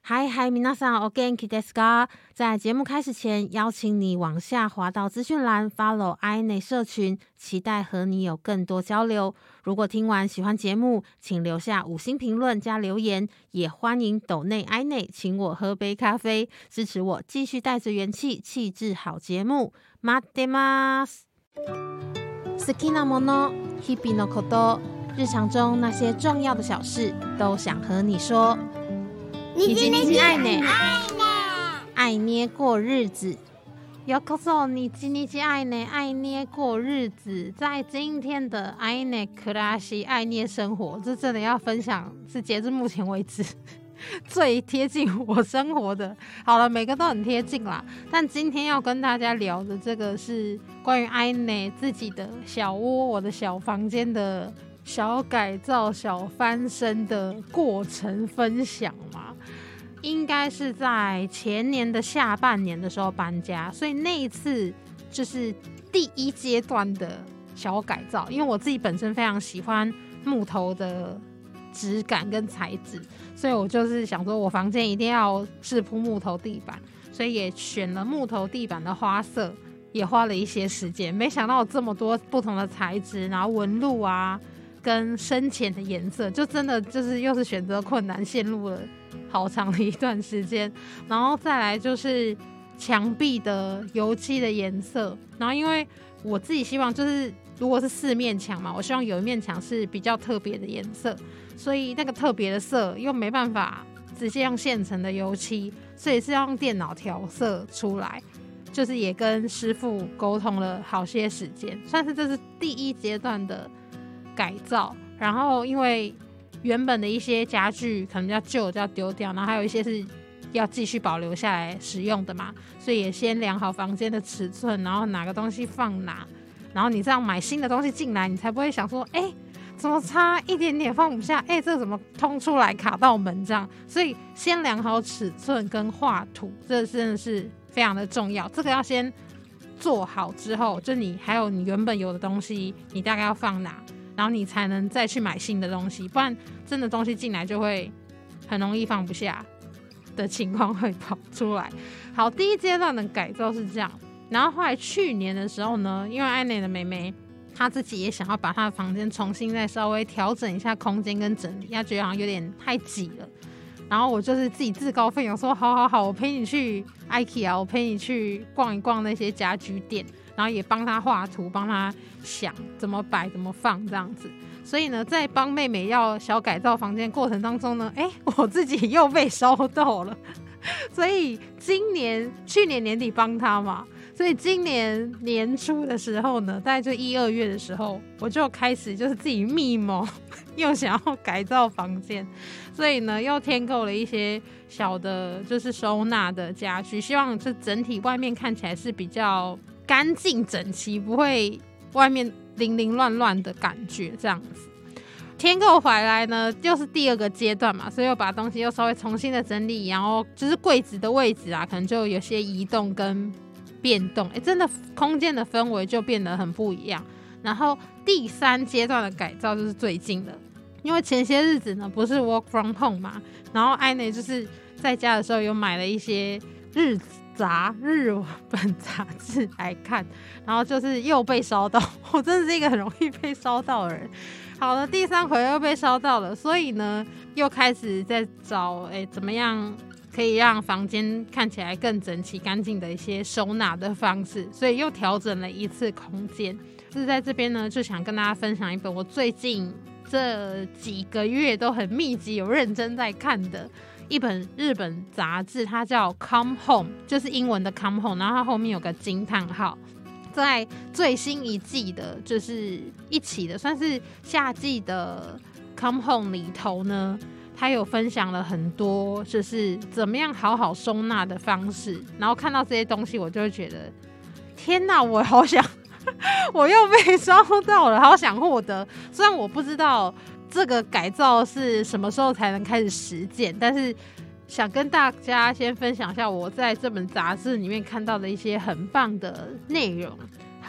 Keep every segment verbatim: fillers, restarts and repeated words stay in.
嗨嗨，皆さんお元気ですか？在节目开始前，邀请你往下滑到资讯栏 follow I N E 社群，期待和你有更多交流。如果听完喜欢节目，请留下五星评论加留言，也欢迎抖内 I N E 请我喝杯咖啡，支持我继续带着元气气质好节目。待ってます。好きなもの、日々のこと、日常中那些重要的小事，都想和你说。你今天爱呢？爱捏过日子。有口说你今天爱呢？爱捏过日子。在今天的爱捏克拉西爱捏生活，这真的要分享，是截至目前为止最贴近我生活的。好了，每个都很贴近啦，但今天要跟大家聊的这个是关于爱捏自己的小窝，我的小房间的小改造、小翻身的过程分享嘛。应该是在前年的下半年的时候搬家，所以那一次就是第一阶段的小改造。因为我自己本身非常喜欢木头的质感跟材质，所以我就是想说我房间一定要是铺木头地板，所以也选了木头地板的花色，也花了一些时间。没想到有这么多不同的材质，然后纹路啊跟深浅的颜色，就真的就是又是选择困难，陷入了好长的一段时间。然后再来就是墙壁的油漆的颜色，然后因为我自己希望就是如果是四面墙嘛，我希望有一面墙是比较特别的颜色，所以那个特别的色又没办法直接用现成的油漆，所以是要用电脑调色出来，就是也跟师傅沟通了好些时间，算是这是第一阶段的改造。然后因为原本的一些家具可能要旧就要丢掉，然后还有一些是要继续保留下来使用的嘛，所以也先量好房间的尺寸，然后哪个东西放哪，然后你这样买新的东西进来，你才不会想说哎、欸，怎么差一点点放不下，哎、欸，这个怎么通出来卡到门这样。所以先量好尺寸跟画图，这真的是非常的重要。这个要先做好之后，就你还有你原本有的东西你大概要放哪，然后你才能再去买新的东西，不然真的东西进来就会很容易放不下的情况会跑出来。好，第一阶段的改造是这样。然后后来去年的时候呢，因为安内的妹妹她自己也想要把她的房间重新再稍微调整一下空间跟整理，她觉得好像有点太挤了。然后我就是自己自告奋勇说好好好，我陪你去 IKEA， 我陪你去逛一逛那些家居店，然后也帮她画图，帮她想怎么摆怎么放这样子。所以呢，在帮妹妹要小改造房间过程当中呢，哎，我自己又被烧到了。所以今年去年年底帮她嘛，所以今年年初的时候呢，大概就一二月的时候，我就开始就是自己密谋又想要改造房间，所以呢又添购了一些小的就是收纳的家具，希望就整体外面看起来是比较干净整齐，不会外面零零乱乱的感觉这样子。添购回来呢又是第二个阶段嘛，所以又把东西又稍微重新的整理，然后就是柜子的位置啊可能就有些移动跟变动，欸，真的空间的氛围就变得很不一样。然后第三阶段的改造就是最近的，因为前些日子呢不是 work from home 嘛，然后艾内就是在家的时候有买了一些日杂日本杂志来看，然后就是又被烧到，我真的是一个很容易被烧到的人。好了，第三回又被烧到了，所以呢又开始在找哎、欸、怎么样可以让房间看起来更整齐干净的一些收纳的方式，所以又调整了一次空间。是在这边呢就想跟大家分享一本我最近这几个月都很密集有认真在看的一本日本杂志，它叫 Come Home， 就是英文的 Come Home， 然后它后面有个惊叹号。在最新一季的就是一起的算是夏季的 Come Home 里头呢，他有分享了很多就是怎么样好好收纳的方式，然后看到这些东西我就会觉得天哪，我好想我又被烧到了，好想获得。虽然我不知道这个改造是什么时候才能开始实践，但是想跟大家先分享一下我在这本杂志里面看到的一些很棒的内容。好，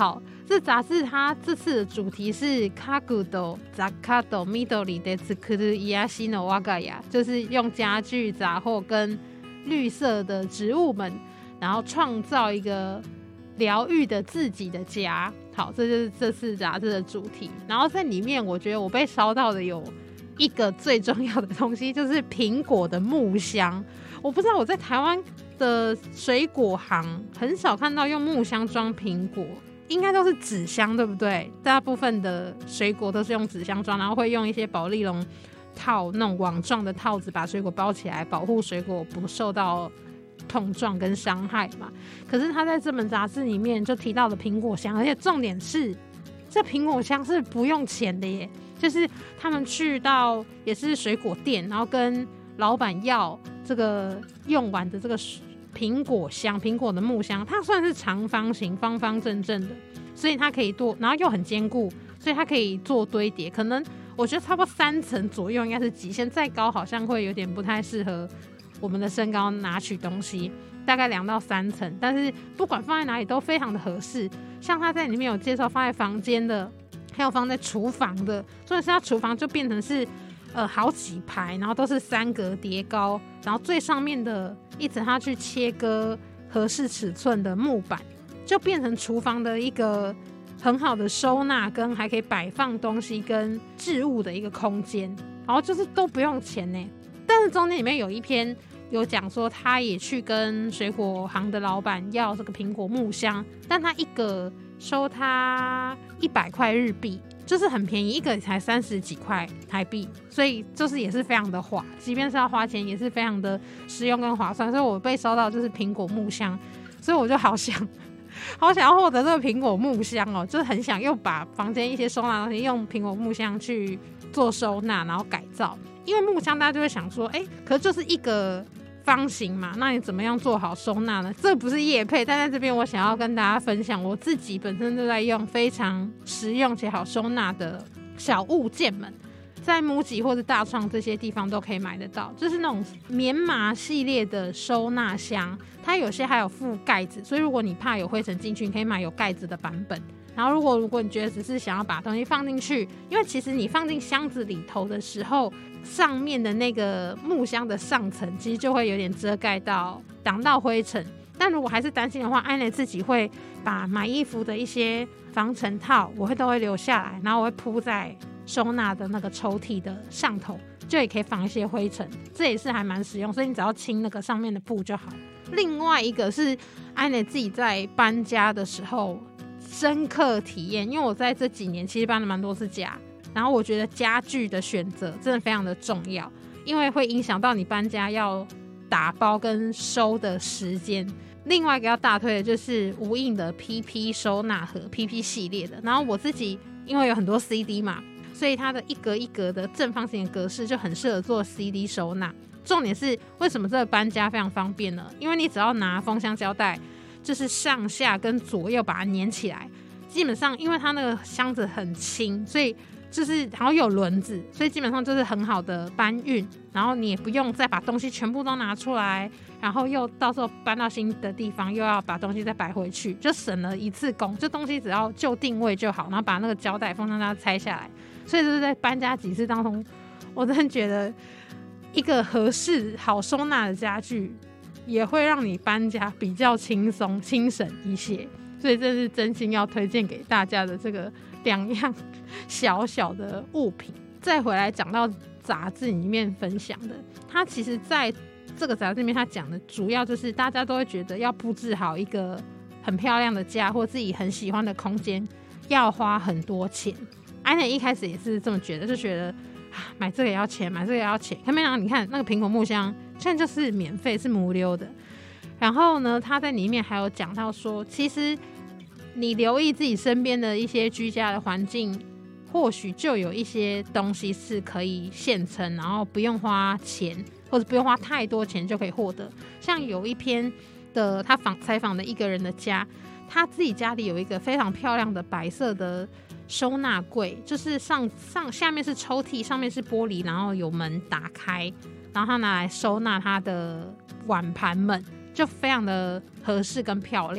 这杂志它这次的主题是家具と雑貨と緑で作る癒しの我が家，就是用家具、杂货跟绿色的植物们，然后创造一个疗愈的自己的家。好，这就是这次杂志的主题。然后在里面，我觉得我被烧到的有一个最重要的东西，就是苹果的木箱。我不知道我在台湾的水果行很少看到用木箱装苹果，应该都是纸箱，对不对？大部分的水果都是用纸箱装，然后会用一些保丽龙套那种网状的套子把水果包起来，保护水果不受到碰撞跟伤害嘛。可是他在这本杂志里面就提到了苹果箱，而且重点是这苹果箱是不用钱的耶，就是他们去到也是水果店，然后跟老板要这个用完的这个苹果箱，苹果的木箱，它算是长方形，方方正正的，所以它可以做，然后又很坚固，所以它可以做堆叠。可能我觉得差不多三层左右应该是极限，再高好像会有点不太适合我们的身高拿取东西，大概两到三层，但是不管放在哪里都非常的合适。像他在里面有介绍放在房间的，还有放在厨房的，重点是他厨房就变成是呃好几排，然后都是三格叠高，然后最上面的一层他去切割合适尺寸的木板，就变成厨房的一个很好的收纳跟还可以摆放东西跟置物的一个空间，然后就是都不用钱呢。但是中间里面有一篇有讲说，他也去跟水果行的老板要这个苹果木箱，但他一个收他一百块日币，就是很便宜，一个才三十几块台币，所以就是也是非常的划，即便是要花钱也是非常的实用跟划算。所以我被烧到就是苹果木箱，所以我就好想好想要获得这个苹果木箱哦，就是很想又把房间一些收纳东西用苹果木箱去做收纳，然后改造。因为木箱大家就会想说，哎、欸，可是就是一个方形嘛，那你怎么样做好收纳呢？这不是业配，但在这边我想要跟大家分享我自己本身就在用非常实用且好收纳的小物件们，在MUJI或者大创这些地方都可以买得到，就是那种棉麻系列的收纳箱，它有些还有附盖子，所以如果你怕有灰尘进去，你可以买有盖子的版本。然后如果如果你觉得只是想要把东西放进去，因为其实你放进箱子里头的时候，上面的那个木箱的上层其实就会有点遮盖到挡到灰尘。但如果还是担心的话，安蕾自己会把买衣服的一些防尘套我会都会留下来，然后我会铺在收纳的那个抽屉的上头，就也可以防一些灰尘，这也是还蛮实用，所以你只要清那个上面的布就好。另外一个是安蕾自己在搬家的时候深刻体验，因为我在这几年其实搬了蛮多次家，然后我觉得家具的选择真的非常的重要，因为会影响到你搬家要打包跟收的时间。另外一个要大推的就是无印的 P P 收纳盒 P P 系列的，然后我自己因为有很多 C D 嘛，所以它的一格一格的正方形的格式就很适合做 C D 收纳。重点是为什么这个搬家非常方便呢？因为你只要拿封箱胶带就是上下跟左右把它粘起来，基本上因为它那个箱子很轻，所以就是然后有轮子，所以基本上就是很好的搬运，然后你也不用再把东西全部都拿出来，然后又到时候搬到新的地方又要把东西再摆回去，就省了一次工，就东西只要就定位就好，然后把那个胶带封箱胶拆下来。所以就是在搬家几次当中，我真的觉得一个合适好收纳的家具也会让你搬家比较轻松轻省一些，所以这是真心要推荐给大家的这个两样小小的物品。再回来讲到杂志里面分享的，它其实在这个杂志里面它讲的主要就是大家都会觉得要布置好一个很漂亮的家或自己很喜欢的空间要花很多钱。安蕾一开始也是这么觉得，就觉得买这个也要钱，买这个也要钱。看没想到，你看那个苹果木箱，现在就是免费，是无溜的。然后呢，他在里面还有讲到说，其实你留意自己身边的一些居家的环境，或许就有一些东西是可以现成，然后不用花钱，或者不用花太多钱就可以获得。像有一篇的他访采访的一个人的家，他自己家里有一个非常漂亮的白色的收纳柜，就是上上下面是抽屉，上面是玻璃，然后有门打开，然后他拿来收纳他的碗盘们，就非常的合适跟漂亮。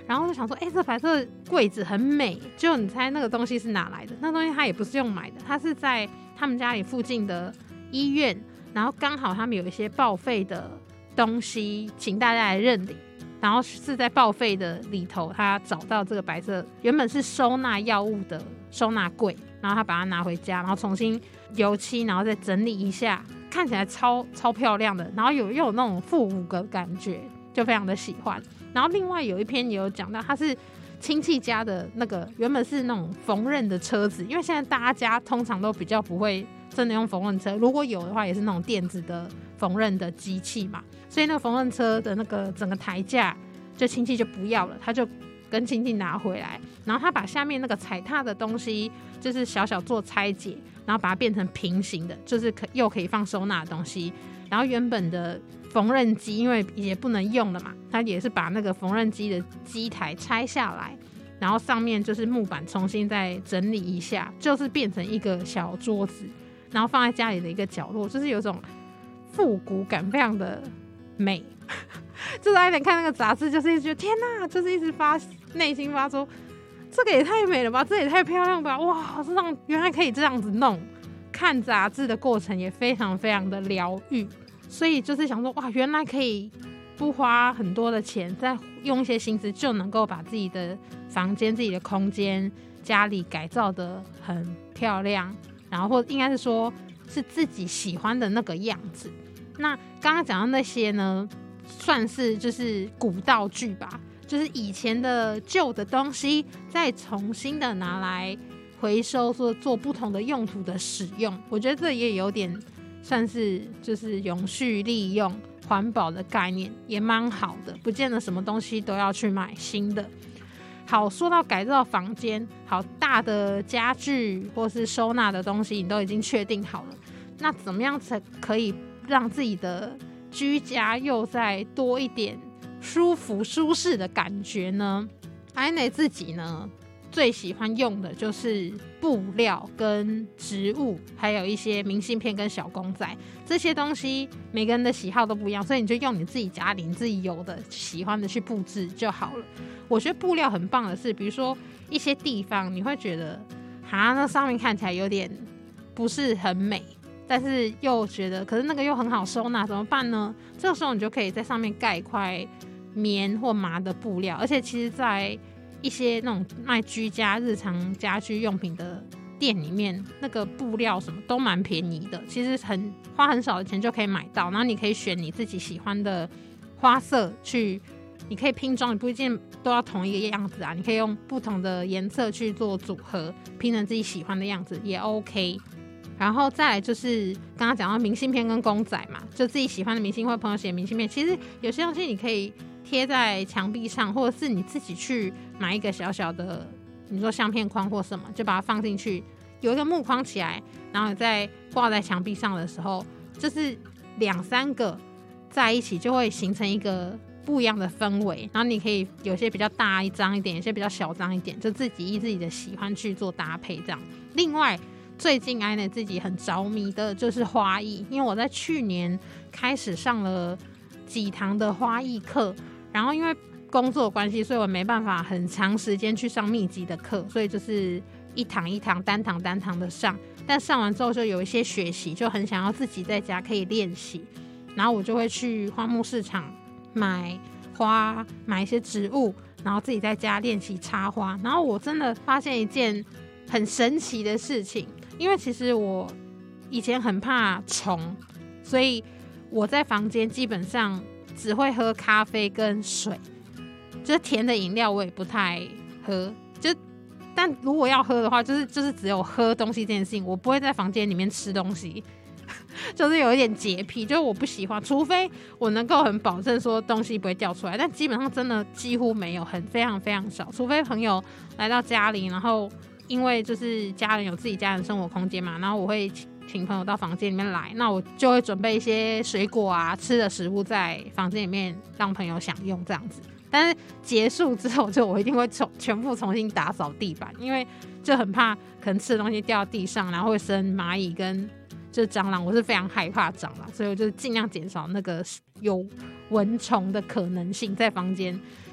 然后就想说，哎、欸，这白色柜子很美，就你猜那个东西是哪来的？那东西它也不是用买的，它是在他们家里附近的医院，然后刚好他们有一些报废的东西，请大家来认领。然后是在报废的里头，他找到这个白色，原本是收纳药物的收纳柜，然后他把它拿回家，然后重新油漆，然后再整理一下，看起来超超漂亮的，然后有又有那种复古的感觉，就非常的喜欢。然后另外有一篇也有讲到，他是亲戚家的那个原本是那种缝纫的车子，因为现在大家通常都比较不会真的用缝纫车，如果有的话也是那种电子的缝纫的机器嘛，所以那个缝纫车的那个整个台架就亲戚就不要了，他就跟亲戚拿回来，然后他把下面那个踩踏的东西就是小小做拆解，然后把它变成平行的，就是可又可以放收纳的东西。然后原本的缝纫机因为也不能用了嘛，他也是把那个缝纫机的机台拆下来，然后上面就是木板重新再整理一下，就是变成一个小桌子，然后放在家里的一个角落，就是有种复古感，非常的美。就是有点看那个杂志，就是一直觉得天哪，就是一直发内心发出这个也太美了吧，这也太漂亮吧，哇，这样原来可以这样子弄。看杂志的过程也非常非常的疗愈，所以就是想说，哇，原来可以不花很多的钱，再用一些心思就能够把自己的房间、自己的空间、家里改造得很漂亮，然后或应该是说是自己喜欢的那个样子。那刚刚讲到那些呢，算是就是古道具吧，就是以前的旧的东西再重新的拿来回收，做做不同的用途的使用，我觉得这也有点算是就是永续利用环保的概念，也蛮好的，不见得什么东西都要去买新的。好，说到改造房间，好，大的家具或是收纳的东西你都已经确定好了，那怎么样才可以让自己的居家又再多一点舒服舒适的感觉呢？安内自己呢最喜欢用的就是布料跟植物，还有一些明信片跟小公仔，这些东西每个人的喜好都不一样，所以你就用你自己家里你自己有的喜欢的去布置就好了。我觉得布料很棒的是，比如说一些地方你会觉得哈那上面看起来有点不是很美，但是又觉得可是那个又很好收纳，怎么办呢？这个时候你就可以在上面盖一块棉或麻的布料，而且其实在一些那种卖居家日常家居用品的店里面，那个布料什么都蛮便宜的，其实很花很少的钱就可以买到，然后你可以选你自己喜欢的花色去，你可以拼装，你不一定都要同一个样子啊，你可以用不同的颜色去做组合，拼成自己喜欢的样子也 OK。然后再来就是刚刚讲到明信片跟公仔嘛，就自己喜欢的明信或朋友写的明信片，其实有些东西你可以贴在墙壁上，或者是你自己去买一个小小的你说相片框或什么，就把它放进去，有一个木框起来，然后再挂在墙壁上的时候，就是两三个在一起就会形成一个不一样的氛围，然后你可以有些比较大一张一点，有些比较小张一点，就自己依自己的喜欢去做搭配这样。另外最近安内自己很着迷的就是花艺，因为我在去年开始上了几堂的花艺课，然后因为工作的关系，所以我没办法很长时间去上密集的课，所以就是一堂一堂单堂单堂的上，但上完之后就有一些学习，就很想要自己在家可以练习，然后我就会去花木市场买花，买一些植物，然后自己在家练习插花。然后我真的发现一件很神奇的事情，因为其实我以前很怕虫，所以我在房间基本上只会喝咖啡跟水，就是甜的饮料我也不太喝，就但如果要喝的话，就是就是只有喝东西这件事情，我不会在房间里面吃东西，就是有一点洁癖，就是我不喜欢，除非我能够很保证说东西不会掉出来，但基本上真的几乎没有，很非常非常少，除非朋友来到家里，然后因为就是家人有自己家人生活空间嘛，然后我会请朋友到房间里面来，那我就会准备一些水果啊吃的食物在房间里面让朋友享用这样子。但是结束之后就我一定会重全部重新打扫地板，因为就很怕可能吃的东西掉到地上，然后会生蚂蚁跟就是蟑螂，我是非常害怕蟑螂，所以我就尽量减少那个有蚊虫的可能性在房间。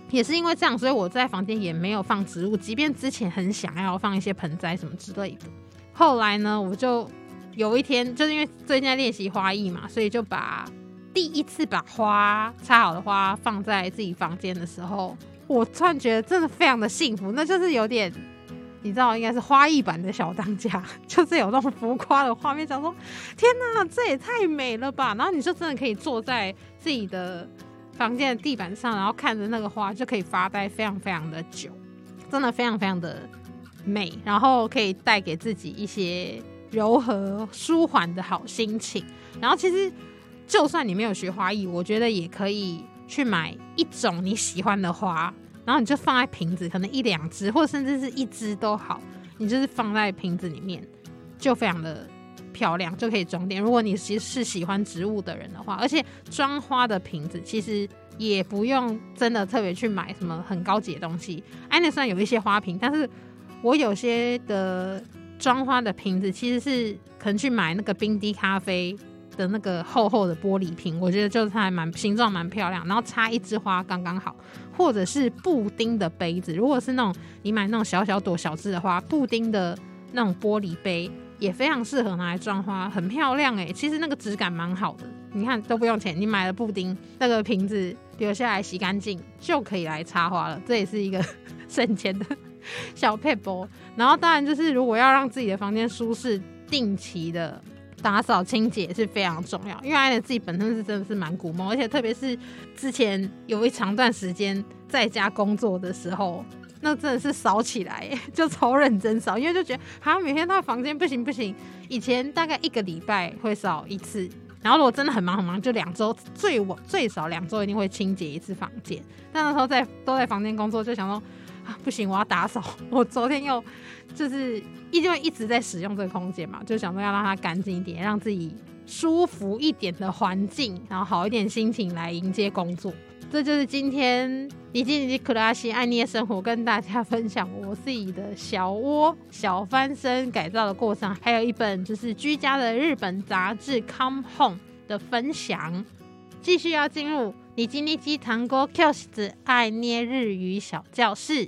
也是因为这样，所以我在房间也没有放植物，即便之前很想要放一些盆栽什么之类的。后来呢，我就有一天就是因为最近在练习花艺嘛，所以就把第一次把花插好的花放在自己房间的时候，我突然觉得真的非常的幸福，那就是有点你知道应该是花艺版的小当家，就是有那种浮夸的画面，想说天哪，这也太美了吧，然后你就真的可以坐在自己的房间的地板上，然后看着那个花就可以发呆非常非常的久，真的非常非常的美，然后可以带给自己一些柔和舒缓的好心情。然后其实就算你没有学花艺，我觉得也可以去买一种你喜欢的花，然后你就放在瓶子，可能一两支或甚至是一支都好，你就是放在瓶子里面就非常的漂亮，就可以装点。如果你其实是喜欢植物的人的话，而且装花的瓶子其实也不用真的特别去买什么很高级的东西。安内虽然有一些花瓶，但是我有些的装花的瓶子其实是可能去买那个冰滴咖啡的那个厚厚的玻璃瓶，我觉得就是它还蛮形状蛮漂亮，然后插一枝花刚刚好，或者是布丁的杯子，如果是那种你买那种小小朵小枝的花，布丁的那种玻璃杯也非常适合拿来装花，很漂亮耶。其实那个质感蛮好的，你看都不用钱，你买了布丁那个瓶子留下来洗干净就可以来插花了，这也是一个省钱的小撇步。然后当然就是如果要让自己的房间舒适，定期的打扫清洁是非常重要，因为艾蕾自己本身是真的是蛮古梦，而且特别是之前有一长段时间在家工作的时候，那真的是扫起来耶，就超认真扫，因为就觉得好像每天到房间不行不行，以前大概一个礼拜会扫一次，然后如果真的很忙很忙，就两周最最少两周一定会清洁一次房间。但那时候在都在房间工作，就想说啊不行，我要打扫。我昨天又就是因为一直在使用这个空间嘛，就想说要让它干净一点，让自己舒服一点的环境，然后好一点心情来迎接工作。这就是今天尼基尼基库拉西爱捏生活跟大家分享我自己的小窝小翻身改造的过程，还有一本就是居家的日本杂志 Come Home 的分享。继续要进入尼基尼基糖果教室爱捏日语小教室。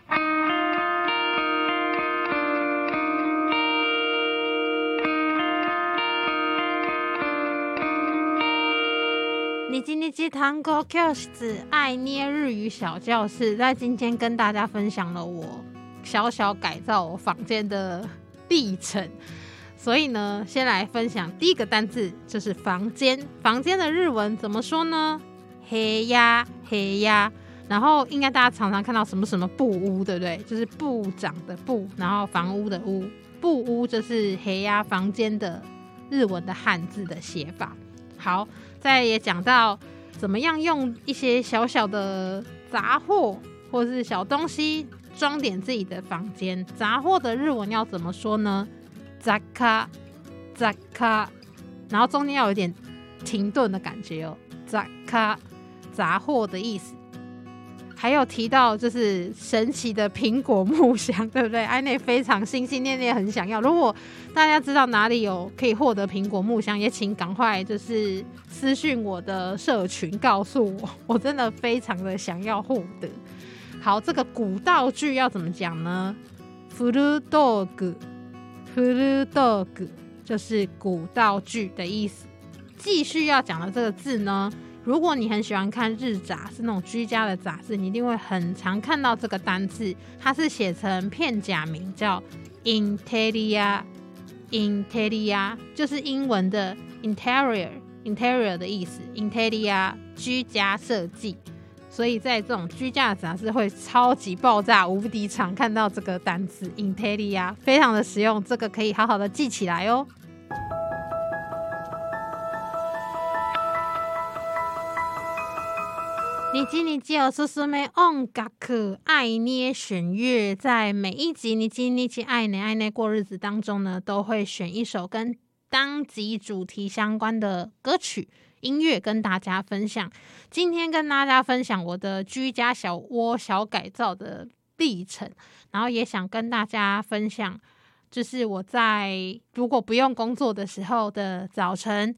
尼基尼基糖果教室爱捏日语小教室，在今天跟大家分享了我小小改造我房间的历程。所以呢，先来分享第一个单字，就是房间。房间的日文怎么说呢？黑呀黑呀。然后应该大家常常看到什么什么布屋，对不对？就是部长的部，然后房屋的屋，布屋就是黑呀房间的日文的汉字的写法。好，再也讲到怎么样用一些小小的杂货或是小东西装点自己的房间。杂货的日文要怎么说呢？杂卡杂卡，然后中间要有点停顿的感觉哦。杂卡杂货的意思。还有提到就是神奇的苹果木箱，对不对？艾内非常心心念念很想要。如果大家知道哪里有可以获得苹果木箱，也请赶快就是私讯我的社群告诉我，我真的非常的想要获得。好，这个古道具要怎么讲呢？古道具，古道具就是古道具的意思。继续要讲的这个字呢，如果你很喜欢看日杂，是那种居家的杂志，你一定会很常看到这个单字，它是写成片假名叫 interior interior， 就是英文的 interior interior 的意思， interior 居家设计。所以在这种居家的杂志会超级爆炸无敌常看到这个单词 interior， 非常的实用，这个可以好好的记起来哦。尼基尼基おすすめ音楽爱捏选乐，在每一集尼基尼基爱捏爱捏过日子当中呢，都会选一首跟当集主题相关的歌曲音乐跟大家分享。今天跟大家分享我的居家小窝小改造的历程，然后也想跟大家分享，就是我在如果不用工作的时候的早晨，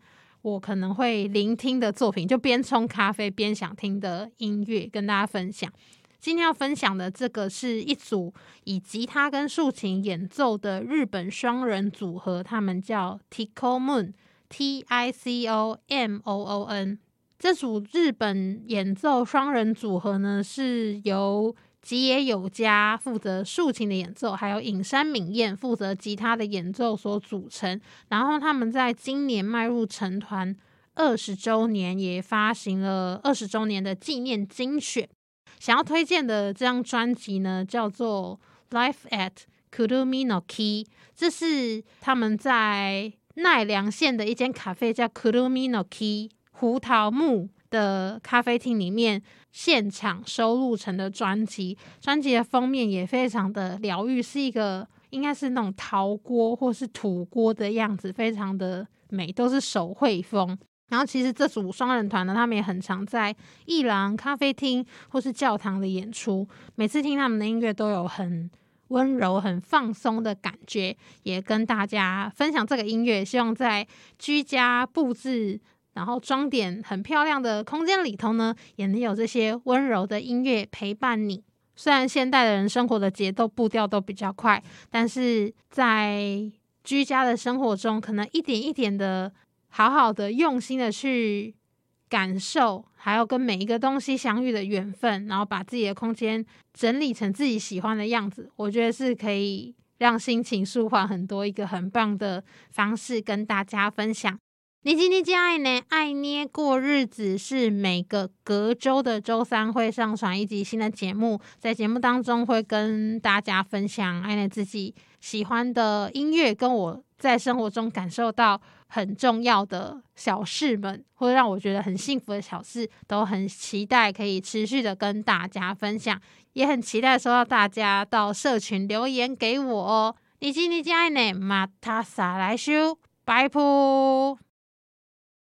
我可能会聆听的作品，就边冲咖啡边想听的音乐跟大家分享。今天要分享的这个是一组以吉他跟竖琴演奏的日本双人组合，他们叫 Tico Moon T I C O M O O N。 这组日本演奏双人组合呢，是由吉野有加负责竖琴的演奏，还有影山敏彦负责吉他的演奏所组成。然后他们在今年迈入成团二十周年，也发行了二十周年的纪念精选。想要推荐的这张专辑呢，叫做 Life at Kurumi no Ki， 这是他们在奈良县的一间咖啡叫 Kurumi no Ki 胡桃木的咖啡厅里面现场收录成的专辑。专辑的封面也非常的疗愈，是一个应该是那种陶锅或是土锅的样子，非常的美，都是手绘风。然后其实这组双人团呢，他们也很常在艺廊、咖啡厅或是教堂的演出，每次听他们的音乐都有很温柔很放松的感觉。也跟大家分享这个音乐，希望在居家布置然后装点很漂亮的空间里头呢，也能有这些温柔的音乐陪伴你。虽然现代的人生活的节奏步调都比较快，但是在居家的生活中，可能一点一点的好好的用心的去感受，还有跟每一个东西相遇的缘分，然后把自己的空间整理成自己喜欢的样子，我觉得是可以让心情舒缓很多，一个很棒的方式跟大家分享。你今天爱呢？爱捏过日子是每个隔周的周三会上传一集新的节目，在节目当中会跟大家分享爱捏自己喜欢的音乐，跟我在生活中感受到很重要的小事们，或者让我觉得很幸福的小事，都很期待可以持续的跟大家分享，也很期待收到大家到社群留言给我哦。你今天爱呢？马塔萨来修，拜拜。